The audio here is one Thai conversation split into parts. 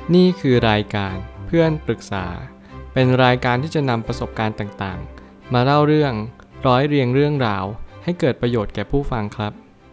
นี่คือรายการเพื่อนปรึกษาเป็นรายการที่จะนำประสบการณ์ต่างๆมาเล่าเรื่องร้อยเรียงเรื่องราวให้เกิดประโยชน์แก่ผู้ฟังครับ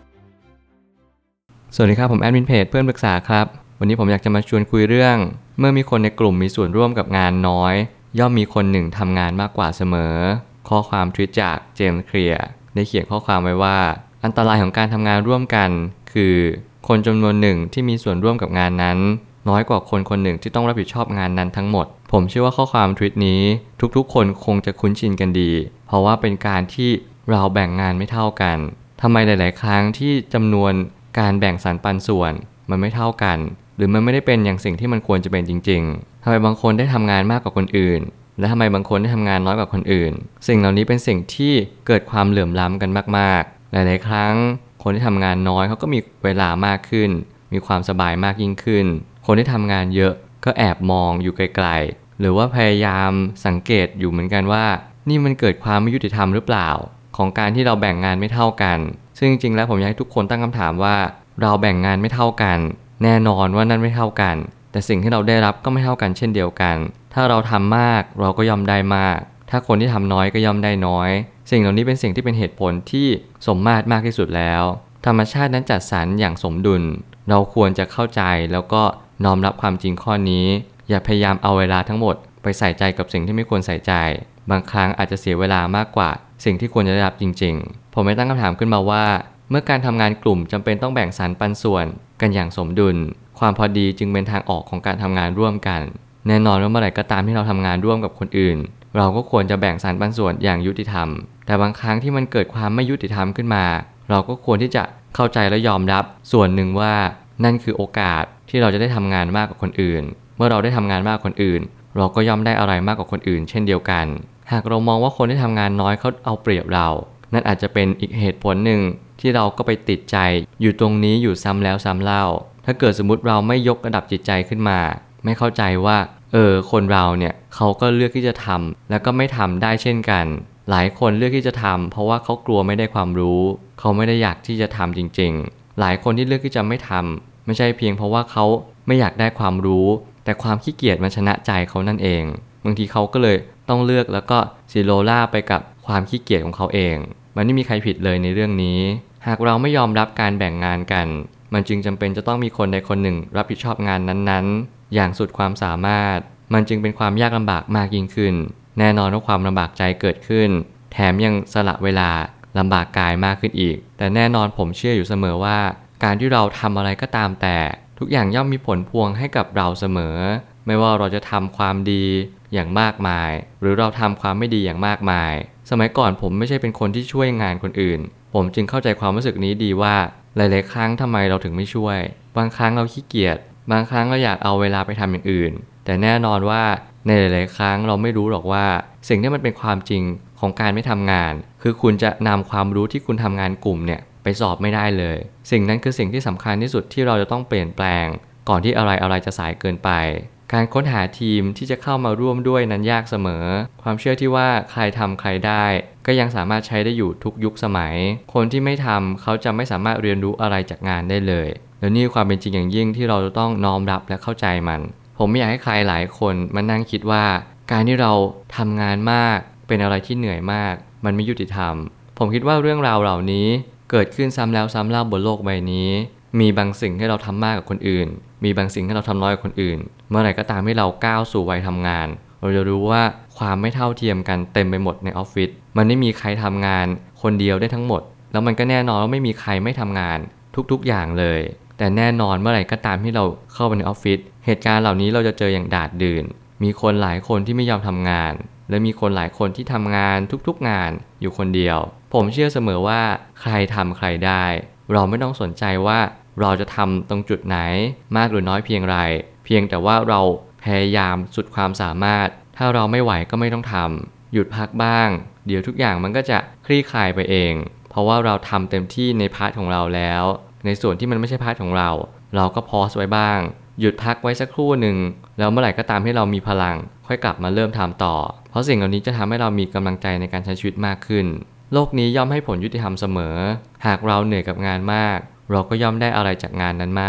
สวัสดีครับผมแอดมินเพจเพื่อนปรึกษาครับวันนี้ผมอยากจะมาชวนคุยเรื่องเมื่อมีคนในกลุ่มมีส่วนร่วมกับงานน้อยย่อมมีคนหนึ่งทำงานมากกว่าเสมอข้อความทวิตจากเจมส์เคลียร์ได้เขียนข้อความไว้ว่าอันตรายของการทำงานร่วมกันคือคนจำนวนหนึ่งที่มีส่วนร่วมกับงานนั้นน้อยกว่าคนคนหนึ่งที่ต้องรับผิดชอบงานนั้นทั้งหมดผมเชื่อว่าข้อความทวิตนี้ทุกๆคนคงจะคุ้นชินกันดีเพราะว่าเป็นการที่เราแบ่งงานไม่เท่ากันทำไมหลายๆครั้งที่จำนวนการแบ่งสรรปันส่วนมันไม่เท่ากันหรือมันไม่ได้เป็นอย่างสิ่งที่มันควรจะเป็นจริงๆทำไมบางคนได้ทำงานมากกว่าคนอื่นและทำไมบางคนได้ทำงานน้อยกว่าคนอื่นสิ่งเหล่านี้เป็นสิ่งที่เกิดความเหลื่อมล้ำกันมากๆหลายๆครั้งคนที่ทำงานน้อยเขาก็มีเวลามากขึ้นมีความสบายมากยิ่งขึ้นคนที่ทำงานเยอะก็แอบมองอยู่ไกลๆหรือว่าพยายามสังเกตอยู่เหมือนกันว่านี่มันเกิดความไม่ยุติธรรมหรือเปล่าของการที่เราแบ่งงานไม่เท่ากันซึ่งจริงๆแล้วผมอยากให้ทุกคนตั้งคำถามว่าเราแบ่งงานไม่เท่ากันแน่นอนว่านั่นไม่เท่ากันแต่สิ่งที่เราได้รับก็ไม่เท่ากันเช่นเดียวกันถ้าเราทำมากเราก็ย่อมได้มากถ้าคนที่ทำน้อยก็ย่อมได้น้อยสิ่งเหล่านี้เป็นสิ่งที่เป็นเหตุผลที่สมมาตรมากที่สุดแล้วธรรมชาตินั้นจัดสรรอย่างสมดุลเราควรจะเข้าใจแล้วก็น้อมรับความจริงข้อนี้อย่าพยายามเอาเวลาทั้งหมดไปใส่ใจกับสิ่งที่ไม่ควรใส่ใจบางครั้งอาจจะเสียเวลามากกว่าสิ่งที่ควรจะได้รับจริงๆผมไม่ตั้งคำถามขึ้นมาว่าเมื่อการทำงานกลุ่มจำเป็นต้องแบ่งสรรปันส่วนกันอย่างสมดุลความพอดีจึงเป็นทางออกของการทำงานร่วมกันแน่นอนว่าเมื่อไหร่ก็ตามที่เราทำงานร่วมกับคนอื่นเราก็ควรจะแบ่งสรรปันส่วนอย่างยุติธรรมแต่บางครั้งที่มันเกิดความไม่ยุติธรรมขึ้นมาเราก็ควรที่จะเข้าใจและยอมรับส่วนหนึ่งว่านั่นคือโอกาสที่เราจะได้ทำงานมากกว่าคนอื่นเมื่อเราได้ทำงานมากกว่าคนอื่นเราก็ย่อมได้อะไรมากกว่าคนอื่นเช่นเดียวกันหากเรามองว่าคนที่ทำงานน้อยเขาเอาเปรียบเรานั่นอาจจะเป็นอีกเหตุผลหนึ่งที่เราก็ไปติดใจอยู่ตรงนี้อยู่ซ้ำแล้วซ้ำเล่าถ้าเกิดสมมติเราไม่ยกระดับจิตใจขึ้นมาไม่เข้าใจว่าคนเราเนี่ยเขาก็เลือกที่จะทำแล้วก็ไม่ทำได้เช่นกันหลายคนเลือกที่จะทำเพราะว่าเขากลัวไม่ได้ความรู้เขาไม่ได้อยากที่จะทำจริงๆหลายคนที่เลือกที่จะไม่ทำไม่ใช่เพียงเพราะว่าเขาไม่อยากได้ความรู้แต่ความขี้เกียจมันชนะใจเขานั่นเองบางทีเขาก็เลยต้องเลือกแล้วก็ซิโลล่าไปกับความขี้เกียจของเขาเองมันไม่มีใครผิดเลยในเรื่องนี้หากเราไม่ยอมรับการแบ่งงานกันมันจึงจำเป็นจะต้องมีคนใดคนหนึ่งรับผิดชอบงานนั้นๆอย่างสุดความสามารถมันจึงเป็นความยากลำบากมากยิ่งขึ้นแน่นอนว่าความลำบากใจเกิดขึ้นแถมยังสละเวลาลำบากกายมากขึ้นอีกแต่แน่นอนผมเชื่ออยู่เสมอว่าการที่เราทำอะไรก็ตามแต่ทุกอย่างย่อมมีผลพวงให้กับเราเสมอไม่ว่าเราจะทำความดีอย่างมากมายหรือเราทำความไม่ดีอย่างมากมายสมัยก่อนผมไม่ใช่เป็นคนที่ช่วยงานคนอื่นผมจึงเข้าใจความรู้สึกนี้ดีว่าหลายๆครั้งทำไมเราถึงไม่ช่วยบางครั้งเราขี้เกียจบางครั้งเราอยากเอาเวลาไปทำอย่างอื่นแต่แน่นอนว่าในหลายๆครั้งเราไม่รู้หรอกว่าสิ่งที่มันเป็นความจริงของการไม่ทำงานคือคุณจะนำความรู้ที่คุณทำงานกลุ่มเนี่ยไปสอบไม่ได้เลยสิ่งนั้นคือสิ่งที่สำคัญที่สุดที่เราจะต้องเปลี่ยนแปลงก่อนที่อะไรจะสายเกินไปการค้นหาทีมที่จะเข้ามาร่วมด้วยนั้นยากเสมอความเชื่อที่ว่าใครทำใครได้ก็ยังสามารถใช้ได้อยู่ทุกยุคสมัยคนที่ไม่ทำเขาจะไม่สามารถเรียนรู้อะไรจากงานได้เลยและนี่ความเป็นจริงอย่างยิ่งที่เราจะต้องน้อมรับและเข้าใจมันผมไม่อยากให้ใครหลายคนมานั่งคิดว่าการที่เราทำงานมากเป็นอะไรที่เหนื่อยมากมันไม่ยุติธรรมผมคิดว่าเรื่องราวเหล่านี้เกิดขึ้นซ้ำแล้วซ้ำเล่าบนโลกใบนี้มีบางสิ่งที่เราทำมากกว่าคนอื่นมีบางสิ่งที่เราทำน้อยกว่าคนอื่นเมื่อไหร่ก็ตามที่เราก้าวสู่วัยทำงานเราจะรู้ว่าความไม่เท่าเทียมกันเต็มไปหมดในออฟฟิศมันไม่มีใครทำงานคนเดียวได้ทั้งหมดแล้วมันก็แน่นอนว่าไม่มีใครไม่ทำงานทุกๆอย่างเลยแต่แน่นอนเมื่อไหร่ก็ตามที่เราเข้าไปในออฟฟิศเหตุการณ์เหล่านี้เราจะเจออย่างดาษดื่นมีคนหลายคนที่ไม่ยอมทำงานและมีคนหลายคนที่ทำงานทุกๆงานอยู่คนเดียวผมเชื่อเสมอว่าใครทำใครได้เราไม่ต้องสนใจว่าเราจะทำตรงจุดไหนมากหรือน้อยเพียงไรเพียงแต่ว่าเราพยายามสุดความสามารถถ้าเราไม่ไหวก็ไม่ต้องทำหยุดพักบ้างเดี๋ยวทุกอย่างมันก็จะคลี่คลายไปเองเพราะว่าเราทำเต็มที่ในพาร์ทของเราแล้วในส่วนที่มันไม่ใช่พาร์ทของเราเราก็พอสไว้บ้างหยุดพักไว้สักครู่หนึ่งแล้วเมื่อไหร่ก็ตามที่เรามีพลังค่อยกลับมาเริ่มทำต่อเพราะสิ่งเหล่านี้จะทำให้เรามีกำลังใจในการใช้ชีวิตมากขึ้นโลกนี้ย่อมให้ผลยุติธรรมเสมอหากเราเหนื่อยกับงานมากเราก็ย่อมได้อะไรจากงานนั้นมาก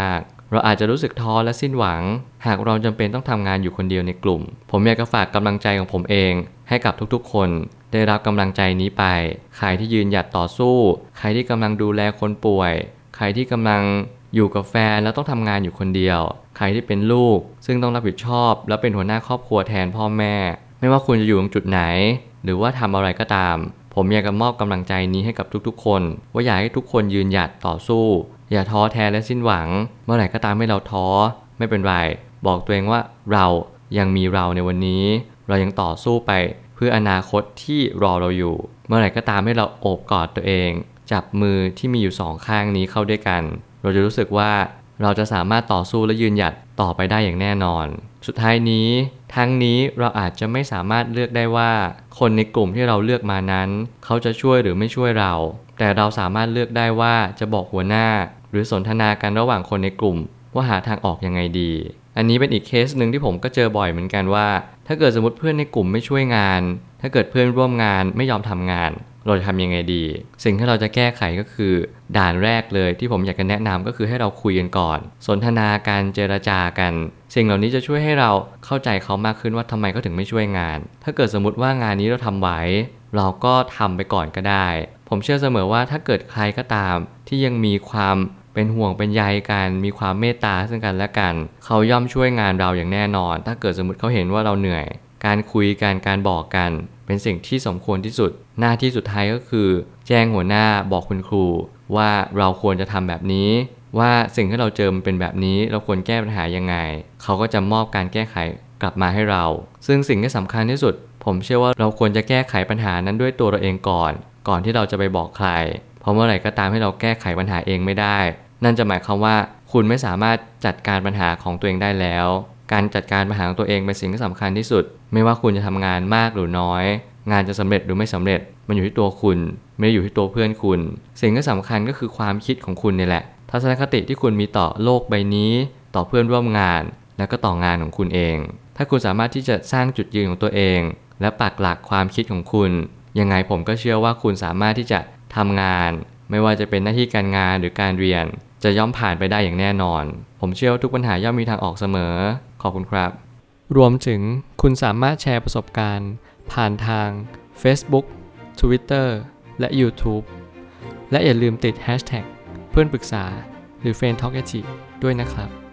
เราอาจจะรู้สึกท้อและสิ้นหวังหากเราจำเป็นต้องทำงานอยู่คนเดียวในกลุ่มผมอยากจะฝากกำลังใจของผมเองให้กับทุกๆคนได้รับกำลังใจนี้ไปใครที่ยืนหยัดต่อสู้ใครที่กำลังดูแลคนป่วยใครที่กำลังอยู่กับแฟนแล้วต้องทำงานอยู่คนเดียวใครที่เป็นลูกซึ่งต้องรับผิดชอบและเป็นหัวหน้าครอบครัวแทนพ่อแม่ไม่ว่าคุณจะอยู่ตรงจุดไหนหรือว่าทำอะไรก็ตามผมอยากจะมอบกำลังใจนี้ให้กับทุกๆคนว่าอยากให้ทุกคนยืนหยัดต่อสู้อย่าท้อแท้และสิ้นหวังเมื่อไหร่ก็ตามให้เราท้อไม่เป็นไรบอกตัวเองว่าเรายังมีเราในวันนี้เรายังต่อสู้ไปเพื่ออนาคตที่รอเราอยู่เมื่อไหร่ก็ตามให้เราโอบกอดตัวเองจับมือที่มีอยู่สองข้างนี้เข้าด้วยกันเราจะรู้สึกว่าเราจะสามารถต่อสู้และยืนหยัดต่อไปได้อย่างแน่นอนสุดท้ายนี้ทั้งนี้เราอาจจะไม่สามารถเลือกได้ว่าคนในกลุ่มที่เราเลือกมานั้นเขาจะช่วยหรือไม่ช่วยเราแต่เราสามารถเลือกได้ว่าจะบอกหัวหน้าหรือสนทนากันระหว่างคนในกลุ่มว่าหาทางออกยังไงดีอันนี้เป็นอีกเคสหนึ่งที่ผมก็เจอบ่อยเหมือนกันว่าถ้าเกิดสมมติเพื่อนในกลุ่มไม่ช่วยงานถ้าเกิดเพื่อนร่วมงานไม่ยอมทำงานเราจะทำยังไงดีสิ่งที่เราจะแก้ไขก็คือด่านแรกเลยที่ผมอยากจะแนะนำก็คือให้เราคุยกันก่อนสนทนากันเจรจากันสิ่งเหล่านี้จะช่วยให้เราเข้าใจเขามากขึ้นว่าทำไมเขาถึงไม่ช่วยงานถ้าเกิดสมมติว่างานนี้เราทำไหวเราก็ทำไปก่อนก็ได้ผมเชื่อเสมอว่าถ้าเกิดใครก็ตามที่ยังมีความเป็นห่วงเป็นใยกันมีความเมตตาซึ่งกันและกันเขาย่อมช่วยงานเราอย่างแน่นอนถ้าเกิดสมมติเขาเห็นว่าเราเหนื่อยการคุยกันการบอกกันเป็นสิ่งที่สมควรที่สุดหน้าที่สุดท้ายก็คือแจ้งหัวหน้าบอกคุณครูว่าเราควรจะทำแบบนี้ว่าสิ่งที่เราเจอมันเป็นแบบนี้เราควรแก้ปัญหายังไงเขาก็จะมอบการแก้ไขกลับมาให้เราซึ่งสิ่งที่สำคัญที่สุดผมเชื่อว่าเราควรจะแก้ไขปัญหานั้นด้วยตัวเราเองก่อนที่เราจะไปบอกใครเพราะเมื่อไหร่ก็ตามให้เราแก้ไขปัญหาเองไม่ได้นั่นจะหมายความว่าคุณไม่สามารถจัดการปัญหาของตัวเองได้แล้วการจัดการปัญหาของตัวเองเป็นสิ่งที่สำคัญที่สุดไม่ว่าคุณจะทำงานมากหรือน้อยงานจะสำเร็จหรือไม่สำเร็จมันอยู่ที่ตัวคุณไม่ได้อยู่ที่ตัวเพื่อนคุณสิ่งที่สำคัญก็คือความคิดของคุณนี่แหละทัศนคติที่คุณมีต่อโลกใบนี้ต่อเพื่อนร่วมงานและก็ต่องานของคุณเองถ้าคุณสามารถที่จะสร้างจุดยืนของตัวเองและปักหลักความคิดของคุณยังไงผมก็เชื่อว่าคุณสามารถที่จะทำงานไม่ว่าจะเป็นหน้าที่การงานหรือการเรียนจะย่อมผ่านไปได้อย่างแน่นอนผมเชื่อว่าทุกปัญหาย่อมมีทางออกเสมอขอบคุณครับรวมถึงคุณสามารถแชร์ประสบการณ์ผ่านทาง Facebook Twitter และ YouTube และอย่าลืมติด Hashtag เพื่อนปรึกษาหรือ Friend Talk ด้วยนะครับ